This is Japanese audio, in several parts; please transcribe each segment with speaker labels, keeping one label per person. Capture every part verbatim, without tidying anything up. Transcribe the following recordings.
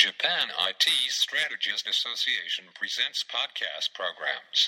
Speaker 1: Japan アイティー Strategist Association presents podcast programs.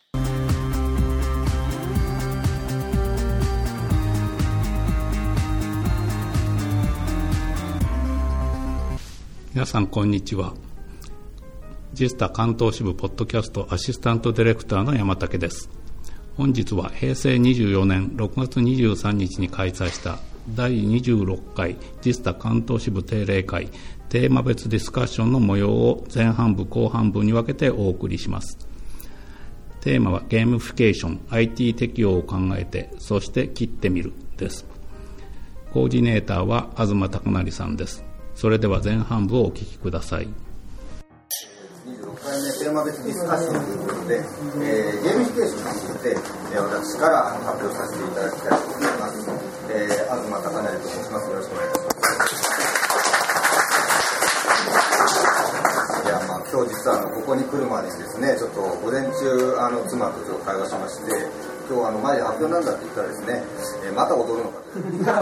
Speaker 2: 皆さんこんにちは。ジスタ関東支部ポッドキャストアシスタントディレクターの山竹です。本日はへいせいにじゅうよねんろくがつにじゅうさんにちに開催しただいにじゅうろっかいジスタ関東支部定例会テーマ別ディスカッションの模様を前半部後半部に分けてお送りします。テーマはゲームフィケーション アイティー 適用を考えてそして切ってみるです。コーディネーターは東貴成さんです。それでは前半部をお聞きください。
Speaker 3: にじゅうろっかいめテーマ別ディスカッションということで、えー、ゲームフィケーションについて、えー、私から発表させていただきたいと思います。えー、東貴成と申します。よろしくお願いいたします。いや、まあ、今日実はあのここに来るまでにですね、ちょっと午前中あの妻とちょっと会話しまして、今日あの前で発表なんだって言ったらですね、えー、また踊るのかと。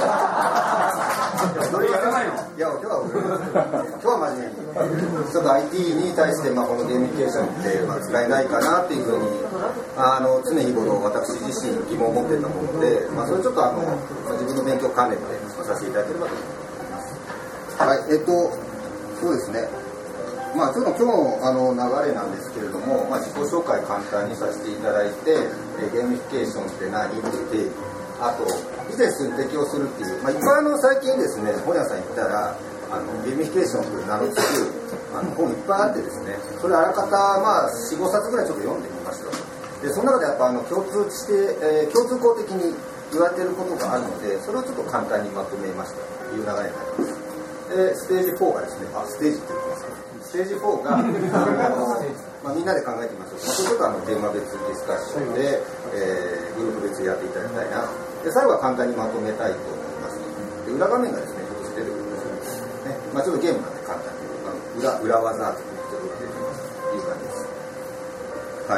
Speaker 3: 踊りやらないの？いや、今日は踊ります。今日は真面目に。ちょっと アイティー に対して、まあ、このゲーミフィケーションって、まあ、使えないかなっていうふうに、あの常日頃私自身疑問を持っていたもので、まあ、それちょっとあの、まあ、自分の勉強関連でさせていただければと思います。はい、えっと、そうですね。まあ、ちょっと今日の、あの流れなんですけれども、まあ、自己紹介簡単にさせていただいて、えゲーミフィケーションって何っていう定義、あとビジネスに適用するっていう、まあ、いっぱいあの最近ですね、本屋さん行ったらあのゲーミフィケーションという名の付くあの本いっぱいあってですね、それあらかた、まあ、よん、ごさつぐらいちょっと読んでみました。でその中でやっぱあの共通して、えー、共通項的に言われていることがあるので、それをちょっと簡単にまとめましたという流れになります。でステージフォーがですね、あステージって言ってますか、ステージフォーがあの、まあ、みんなで考えてみましょう。まあ、そういうことはあのテーマ別ディスカッションで、えー、グループ別でやっていただきたいな。で最後は簡単にまとめたいと思います。で裏画面がですね、ちょっと出てくるんですね。まあ、ちょっとゲームなんで簡単に、まあ、裏, 裏技ということで出てきますという感じです。はい。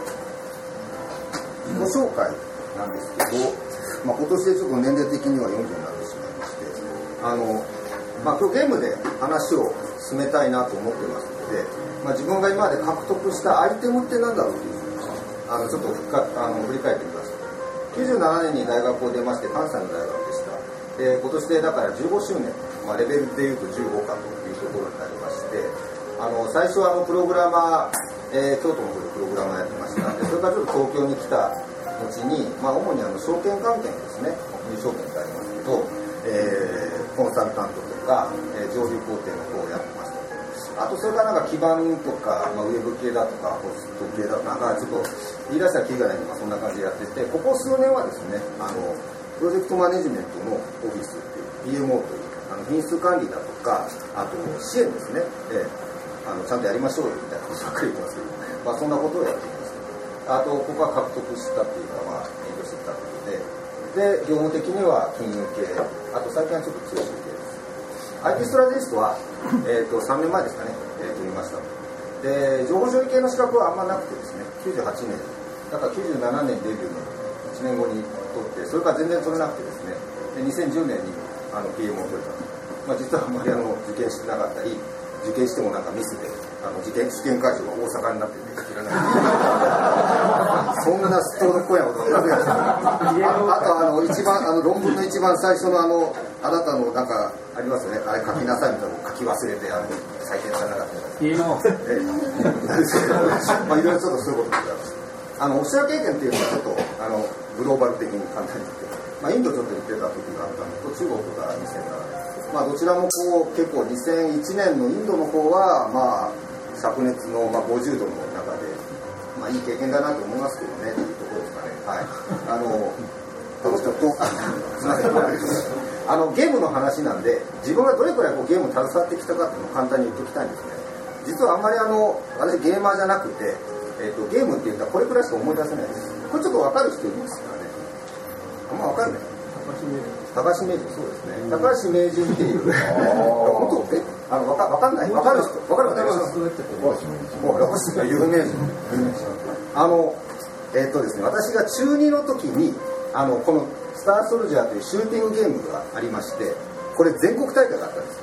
Speaker 3: 自己紹介なんですけど、まあ、今年でちょっと年齢的にはよんじゅうになってしまいまして、あの、まあ、今日ゲームで話を進めたいなと思ってますので、まあ、自分が今まで獲得したアイテムって何だろうというあのちょっと深あの振り返ってみました。きゅうじゅうななねんに大学を出まして、関西の大学でした。で今年でだからじゅうごしゅうねん、まあ、レベルでいうとじゅうごかというところになりまして、あの最初はあのプログラマー、えー、京都の方でプログラマーやってました。でそれからちょっと東京に来た後に、まあ、主にあの証券関係ですね、金融証券ってありますけど、えー、コンサルタントとか、えー、上流工程の方をやってました。あとそれからなんか基盤とか、まあ、ウェブ系だとかホスト系だとか、なんかちょっと言い出したらキリがないとか、そんな感じでやってて、ここ数年はですね、あのプロジェクトマネジメントのオフィスっていう ピーエムオー というあの品質管理だとか、あと支援ですね、えー、あのちゃんとやりましょうよみたいなことばっかり言ってますけど、まあ、そんなことをやっています。あとここは獲得したっていうか、まあ勉強してきたということで、で業務的には金融系、あと最近はちょっと通信系です。アイティー ストラテジストは、えー、とさんねんまえですかね、えー、取りました。で情報処理系の資格はあんまなくてですね、きゅうじゅうはちねんだからきゅうじゅうななねんデビューのいちねんごに取って、それから全然取れなくてですね、でにせんじゅうねんにあの ピーエム を取れたと。まあ、実はあんまりあの受験してなかったり、受験してもなんかミスであの受験試験会場が大阪になってて知らないそんなストールっぽいことがあるやつあとあの一番あの論文の一番最初のあのあなたのなんかありますよね、あれ書きなさいみたいなのを書き忘れてあの採点されなかったいいのええまあいろいろちょっとそういうことでございます。あのオフショア経験っていうのはちょっとあのグローバル的に簡単に言って、まあ、インドちょっと行ってた時があったのと、中国がにせんななねん、まあ、どちらもこう結構にせんいちねんのインドの方はまあ灼熱のまあごじゅうどの中で、まあ、いい経験だなと思いますけどね、というところですかね。はい、あのちょっとすみませんあのゲームの話なんで、自分がどれくらいこうゲームに携わってきたかっていうのを簡単に言っておきたいんですね。実はあんまりあの私ゲーマーじゃなくて、えー、とゲームって言ったらこれくらいしか思い出せないです。これちょっと分かる人いますかね。あんま分かんない。高橋名人、そうですね。高橋名人っていう。本当えあの分か分かんない。分かる人分かる方いますか。もう高橋有名人。あのえっ、ー、とですね、私が中にの時にあのこのスターソルジャーというシューティングゲームがありまして、これ全国大会があったんです。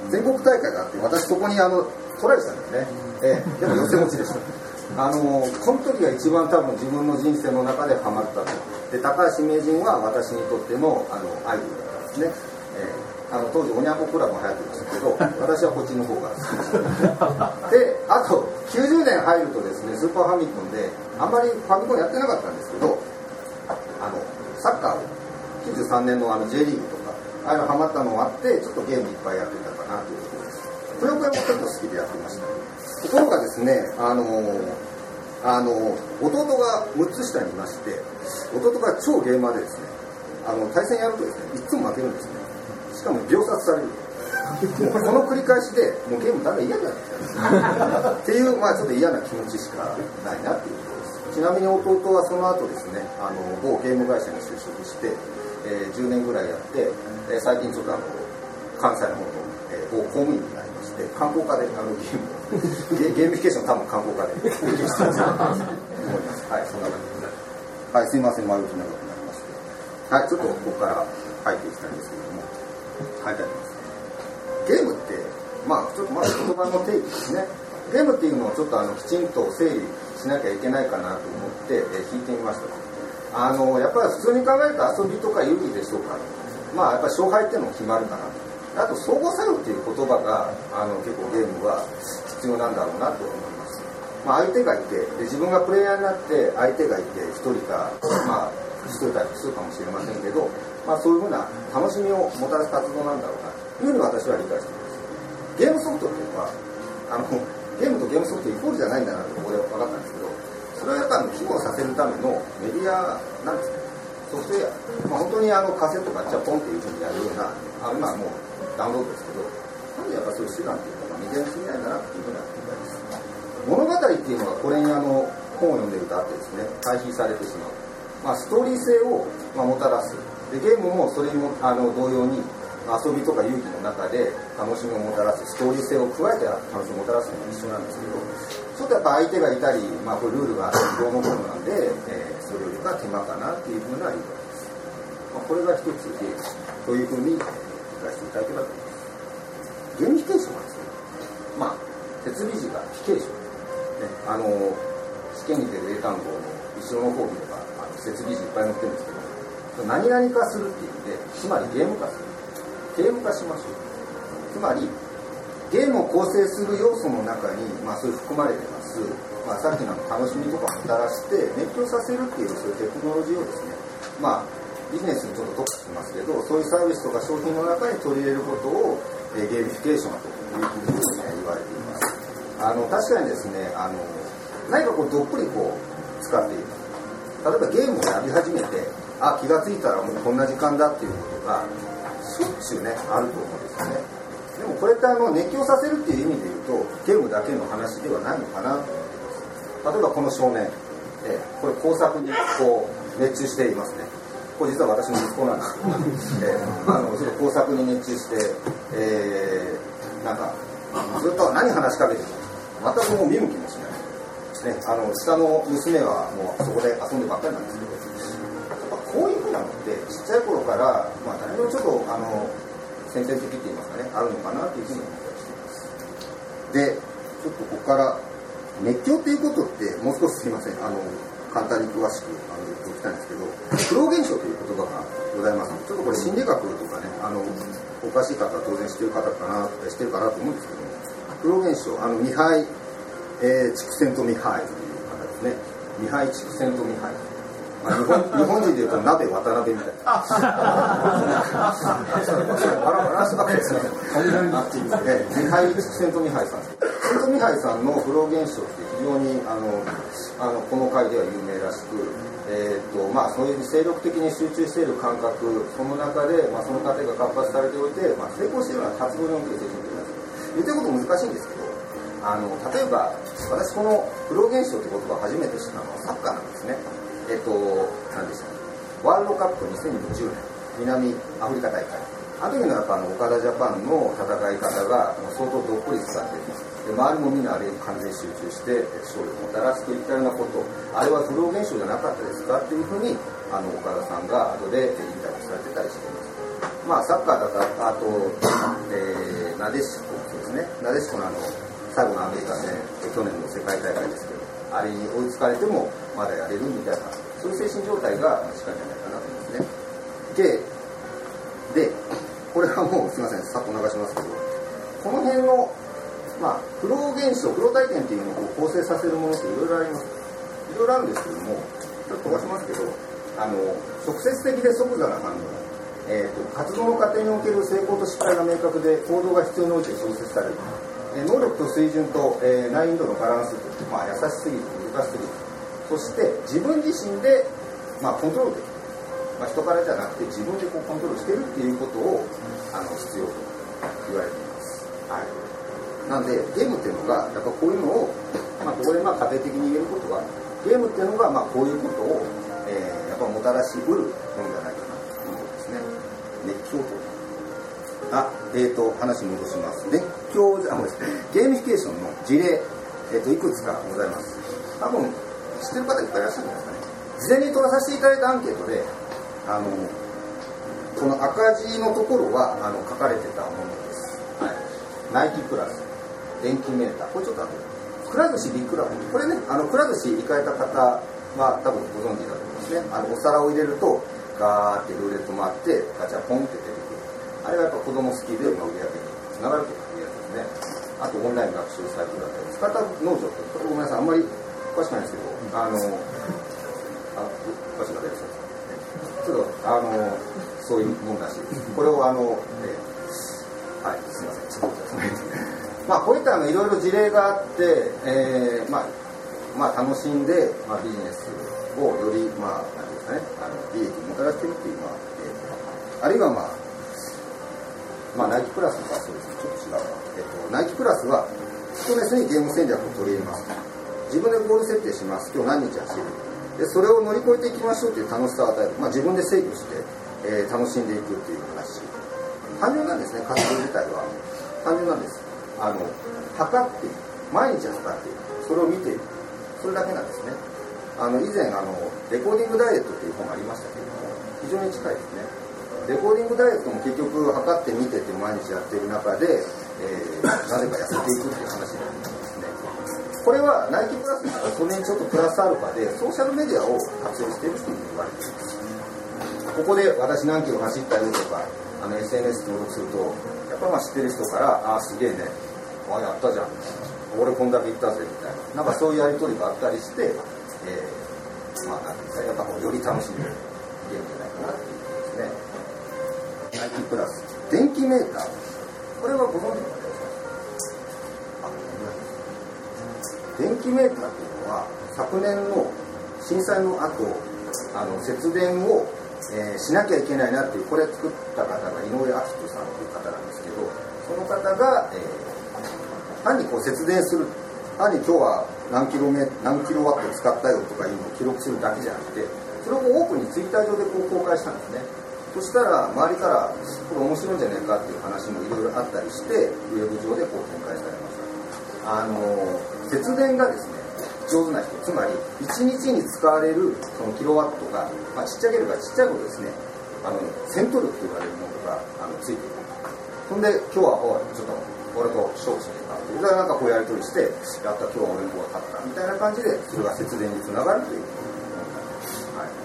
Speaker 3: 全国大会があって、私そこにあのトライしたんですね、えー、でも予選落ちでしたあのこの時が一番多分自分の人生の中でハマったと。で高橋名人は私にとってのあのアイドルだったんですね、えー、あの当時おにゃんこクラブも流行ってましたけど、私はこっちの方が好きでしたであときゅうじゅうねん入るとですね、スーパーファミコンであんまりファミコンやってなかったんですけど、あのサッカーをきゅうじゅうさんねんのあの J リーグとかああいうのハマったのがあって、ちょっとゲームいっぱいやってたかなというところです。ぷよぷよもちょっと好きでやってました。ところがですね、あのあの弟がむっつ下にいまして、弟が超ゲーマーでですね、あの対戦やるとですね、いつも負けるんですね。しかも秒殺されるもうこの繰り返しでもうゲームダメ嫌になってきたっていう、まあちょっと嫌な気持ちしかないなっていうところです。ちなみに弟はその後ですね、あの某ゲーム会社に就職して、えー、じゅうねんぐらいやって、えー、最近ちょっとあの関西の方の、えー、某公務員になりまして、観光課であのゲームゲ, ゲーミフィケーション多分観光課で勉強してると思います。はい、そんな感じです。はい、すいません、前置き長くなりまして、はい、ちょっとここから入っていきたいんですけれども、入りたいと思います。ゲームって、まあちょっとまず言葉の定義ですね。ゲームっていうのをちょっとあのきちんと整理しなきゃいけないかなと思って、えー、聞いてみました。あのやっぱり普通に考えた遊びとか遊戯でしょうか。まあやっぱり勝敗っていうのも決まるかなと。あと相互作用っていう言葉があの結構ゲームは必要なんだろうなと思います。まあ、相手がいてで自分がプレイヤーになって相手がいてひとりかまあひとりか複数かもしれませんけど、まあ、そういうふうな楽しみをもたらす活動なんだろうなというふうに私は理解しています。ゲームソフトっていうのはあのゲームとゲームソフトイコールじゃないんだなとここで分かったんですけど、それはやっぱり機能させるためのメディアなんですね。ソフトウェア、まあ、本当にあのカセット買っちゃポンっていうふうにやるようなあ今はもうダウンロードですけど、なんでやっぱそういう手段っていうのがメディアに過ぎないんだなっていうふうな理解です。物語っていうのはこれにあの本を読んでるとあってですね、対比されてしまう、まあ、ストーリー性を、まあ、もたらす。でゲームもそれにもあの同様に遊びとか遊戯の中で楽しみをもたらす、ストーリー性を加えて楽しみをもたらすのが一緒なんですけど、ちょっとやっぱ相手がいたり、まあ、これルールがあってどうのこうのなんで、えー、それよりか手間かなっていうふうな理解です。まあ、これが一つゲームというふうに理解していただければと思います。ゲーミフィケーションはですね、まあ設備時がフィケーション、ね、あの試験に出る英単語の後ろの方にはあの設備時いっぱい載ってるんですけど、何々化するっていうんで、つまりゲーム化する、ゲーム化しましょう。つまりゲームを構成する要素の中に、まあ、それ含まれてます、まあ、さっきの楽しみとかをもたらして熱狂させるっていうそういうテクノロジーをですね、まあビジネスにちょっと特化してますけど、そういうサービスとか商品の中に取り入れることを、えー、ゲーミフィケーションというふうに、ね、言われています。あの確かにですね、あの何かこうどっぷりこう使っている、例えばゲームをやり始めて、あ気がついたらもうこんな時間だっていうことがしょっちゅうねあると思うんですよね。でもこれってあの熱狂させるっていう意味で言うとゲームだけの話ではないのかなと思っています。例えばこの少年、えー、これ工作にこう熱中していますね。これ実は私の息子なんですけど、えー、あのその工作に熱中して、えー、なんかずっと何話しかけても全くもう見向きもしない、ね、あの下の娘はもうそこで遊んでばっかりなんですけど、やっぱこういうふうなのってちっちゃい頃から、まあ、誰でもちょっとあの先天的って言いますかね、あるのかなというふうに思ったりしています。で、ちょっとここから熱狂っていうことってもう少しすいません、あの簡単に詳しくあの言っておきたいんですけど、フロー現象という言葉がございます。ちょっとこれ心理学とかね、あのおかしい方は当然知ってる方かな、知ってるかなと思うんですけども、フロー現象、あのミハイ、えー、畜生とミハイという方ですね。ミハイ畜生とミハイ。まあ、日本日本人でいうと鍋渡辺みたいな。バラバラしたわけですね。ミハイ畜生とミハイさん。セントミハイさんのフロー現象って非常にあのあのこの回では有名らしく、えーとまあ、そういう精力的に集中している感覚、その中で、まあ、その過程が活発されておいて、まあ、成功しているような活動において成長できます。言ってること難しいんですけど、あの例えば私このフロー現象って言葉を初めて知ったのはサッカーなんですね。えっ、ー、と何でしたっけ、ワールドカップにせんにじゅうねん南アフリカ大会、あの時のやっぱあの岡田ジャパンの戦い方が相当どっぷり使っています。で周りもみんなあれに完全に集中して勝利をもたらすといったようなこと、あれはフロー現象じゃなかったですかっていうふうにあの岡田さんが後でインタビューされてたりしています。まあサッカーだとあと、えー、 なでしこそうですね、なでしこのあの最後のアメリカ戦、去年の世界大会ですけど、あれに追いつかれてもまだやれるみたいな、そういう精神状態が近いんじゃないかなと思いますね。で、でこれはもうすみません、さっと流しますけど、この辺の、まあ、フロー現象、フロー体験っていうのを構成させるものっていろいろあります。いろいろあるんですけども、ちょっと飛ばしますけど、あの直接的で即座な反応、えーと、活動の過程における成功と失敗が明確で行動が必要に応じて調節される、えー、能力と水準と、えー、難易度のバランス、まあ、優しすぎる難しすぎる、そして自分自身で、まあ、コントロールできる、まあ、人からじゃなくて自分でこうコントロールしているっていうことをあの必要と言われています、はい、なんでゲームっていうのがやっぱこういうのを、まあ、ここでまあ家庭的に言えることは、ゲームっていうのがまあこういうことを、えー、やっぱもたらしうるものじゃないかなということですね。熱狂とあ、えーと話戻します。熱狂じゃあゲーミフィケーションの事例、えーといくつかございます。多分知ってる方いっぱいいらっしゃるんじゃないですかね。事前に取らさせていただいたアンケートで、あのこの赤字のところはあの書かれてたものです、はい、ナイキプラス、電気メーター、これちょっと後でくら寿司ビッグラブ、これね、あのくら寿司行かれた方は多分ご存知だと思いますね。あのお皿を入れるとガーってルーレット回ってガチャポンって出てくる、あれがやっぱ子供好きで売り上げにつながるというやつですね。あとオンライン学習サイトだったり、塚田農場って、これごめんなさい、あんまり詳しくないんですけど、あのあ詳しくないですちょっとあのそういうもんらしいです。これをあの、えー、はい、すみません、ちょっとまあこういったあのいろいろ事例があって、えー、まあまあ楽しんで、まあ、ビジネスをよりまあなんていうんですかね、あの利益をもたらしているっていう、まあ、えー、あるいはまあまあナイキプラスとかそうですね、ちょっと違うな、えっとナイキプラスはフィットネスにゲーム戦略を取り入れます。自分でゴール設定します。今日何日走る。でそれを乗り越えていきましょうという楽しさを与える、まあ、自分で制御して、えー、楽しんでいくっていう話。単純なんですね、活動自体は単純なんです。あの測っている、毎日測っている、それを見ている、それだけなんですね。あの以前あのレコーディングダイエットという本がありましたけれども、非常に近いですね。レコーディングダイエットも結局測ってみてて毎日やっている中で、えー、なぜか痩せていくっていう話になりますね。これはナイキプラスがそれにちょっとプラスアルファでソーシャルメディアを活用しているというふうに言われています。ここで私何キロ走ったよとかあの エスエヌエス 登録すると、やっぱまあ知ってる人からああすげえね、あやったじゃん、俺こんだけ行ったぜみたいな、なんかそういうやり取りがあったりして、えー、まあなんかやっぱより楽しめるゲームじゃないかなっていうことですね。ナイキプラス電気メーター、これはご存知の方ですか。電気メーターっていうのは昨年の震災の後あの節電を、えー、しなきゃいけないなっていう、これ作った方が井上明人さんという方なんですけど、その方が、えー、単にこう節電する、単に今日は何キロメ何キロワット使ったよとかいうのを記録するだけじゃなくて、それをオープンにツイッター上でこう公開したんですね。そしたら周りからこれ面白いんじゃないかっていう話もいろいろあったりして、ウェブ上でこう展開されました。あの節電がですね上手な人、つまりいちにちに使われるそのキロワットが、まあ、ちっちゃければちっちゃいほどですね、あの戦闘力と言われるものがあのついている。そんで今日はおいちょっと俺と勝負しねえかっていう、なんかこうやり取りして、やった今日は俺の方が勝ったみたいな感じで、それが節電につながるというものなんです。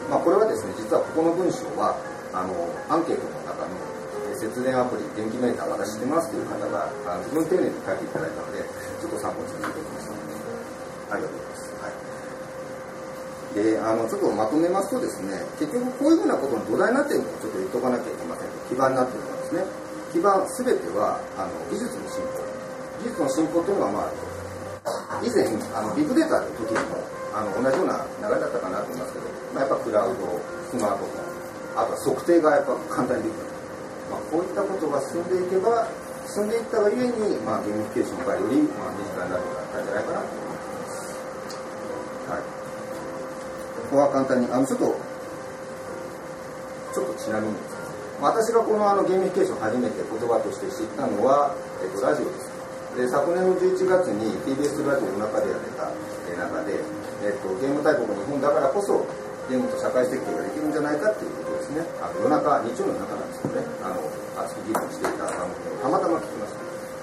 Speaker 3: はい、まあ、これはですね、実はここの文章はあのアンケートの中の節電アプリ電気メーター私知ってますという方があの自分丁寧に書いていただいたので、ちょっと参考にさせていただきました。ありがとうございます。はい、であのちょっとまとめますとですね、結局こういうふうなことの土台になっているのをちょっと言っとかなきゃいけません。基盤になっているのはですね、基盤すべてはあの技術の進歩、技術の進歩というのは、まあ、以前あのビッグデータの時にもあの同じような流れだったかなと思いますけど、まあ、やっぱクラウド、スマートフォン、あとは測定がやっぱ簡単にできる、まあ、こういったことが進んでいけば進んでいったがゆえに、まあ、ゲーミフィケーションがより、まあ、身近になるようになったんじゃないかなと思います。はい、ここは簡単にあのちょっとちょっとちなみに、まあ、私がこのあのゲーミフィケーションを初めて言葉として知ったのは、えっと、ラジオです。で昨年のじゅういちがつに ティービーエス ラジオの中でやってた中で、えっと、ゲーム大国日本だからこそゲームと社会設計ができるんじゃないかっていうことですね。あの夜中、日曜の中なんですけどね、あの熱く議論していた番組をたまたま聞きました。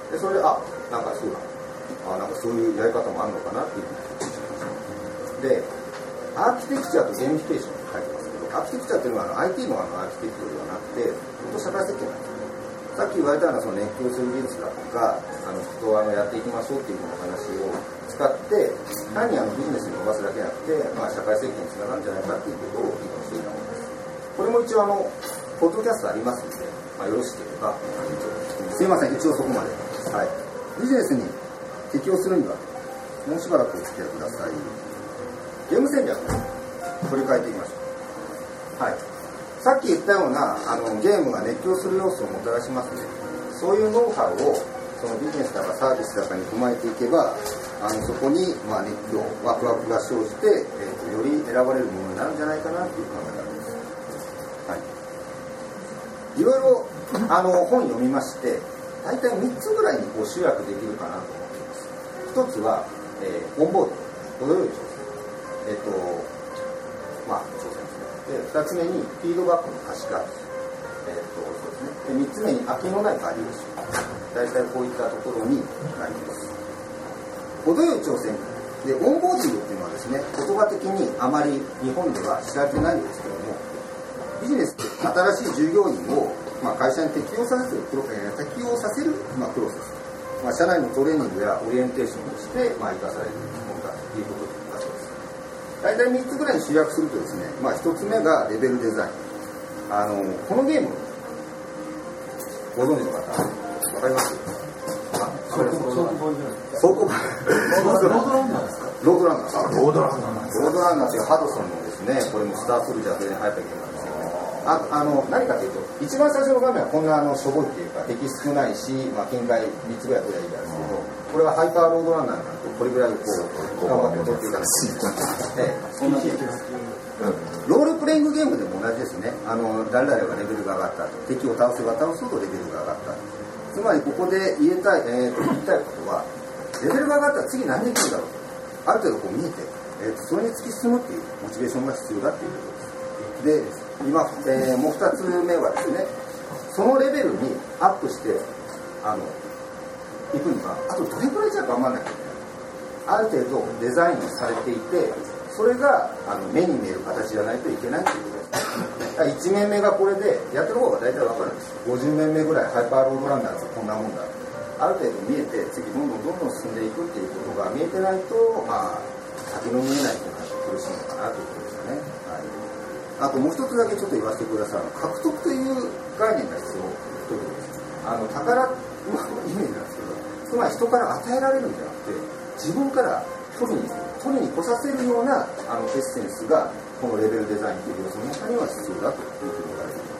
Speaker 3: でそれで、あ、なんかそうだ、あ、なんかそういうやり方もあるのかなっていうふうに聞きました。で、アーキテクチャとゲーミフィケーションって書いてますけど、アーキテクチャっていうのはあの アイティー のあのアーキテクトではなくて、本当社会設計なんですよ。さっき言われたようなその熱狂する技術だとか、あの人をあのやっていきましょうっていうような話を使って単にあのビジネスに伸ばすだけじゃなくて、まあ、社会設計につながるんじゃないかっていうことを議論していたものです。これも一応あのポッドキャストありますので、まあ、よろしければすいません、一応そこまで、はい、ビジネスに適用するにはもうしばらくお付き合いください。ゲーム戦略を取り替えていきましょう。はい、さっき言ったようなあのゲームが熱狂する要素をもたらしますね。そういうノウハウをそのビジネスだかサービスだかに踏まえていけば、あのそこに、まあ、熱狂ワクワクが生じて、えーと、より選ばれるものになるんじゃないかなという考えがあります。はい、いろいろあの本読みまして、大体みっつぐらいにこう集約できるかなと思っています。ひとつは、えー、オンボード、程よい調整、えっ、ー、とまあ調整でふたつめにフィードバックの可視化、えーとそうですね、でみっつめに飽きのないバリエーション、大体こういったところになります。程よい挑戦で、オンボーディングっていうのはですね、言葉的にあまり日本では知られてないんですけども、ビジネスって新しい従業員を、まあ、会社に適用させるプロ、えー、適用させる、まあ、プロセス、まあ、社内のトレーニングやオリエンテーションとして、まあ、生かされているものだということだそうです。大体みっつぐらいに集約するとですね、まあ、ひとつめがレベルデザイン。あのこのゲームご存知の方わかります？あ、それ相当版じゃないですか。相当版。ロードランナーですか？ロードランナー。ロードランナー。ロードランナーっていうハドソンのですね、これもスターソルジャーで流行ったゲームなんですけどね。あ, あの何かというと、一番最初の画面はこんなあのしょぼいっていうか敵少ないし、まあ、近海みっつぐらい取りゃいいんですけど、これはハイパーロードランナーになるとこれぐらいこう頑張って取っていかないと、ええ、そんなゲームです。ロールプレイングゲームでも同じですね。あの誰々がレベルが上がった、敵を倒せば倒すほどレベルが上がった。つまりここで言えたい、えー、と言いたいことは、レベルが上がったら次何できるだろうと、ある程度こう見えて、えー、とそれに突き進むっていうモチベーションが必要だっていうことです。で今、えー、もうふたつめはですね、そのレベルにアップしてあの行くにはあとどれくらいじゃ頑張らなきゃいけない。ある程度デザインされていて、それがあの目に見える形じゃないといけないということです。いち面目がこれでやってる方が大体分かるんです。ごじゅう面目ぐらいハイパーロードランナーだとこんなもんだ、ある程度見えて次どんどんどんどん進んでいくっていうことが見えてないと、まあ先の見えないというのは苦しいのかなということですよね。はい、あともう一つだけちょっと言わせてください。獲得という概念が必要ということです。あの宝のイメージなんですけど、つまり人から与えられるんじゃなくて自分から取りに取りに来させるようなあのエッセンスがこのレベルデザインという要素の中には必要だというふうに言われています。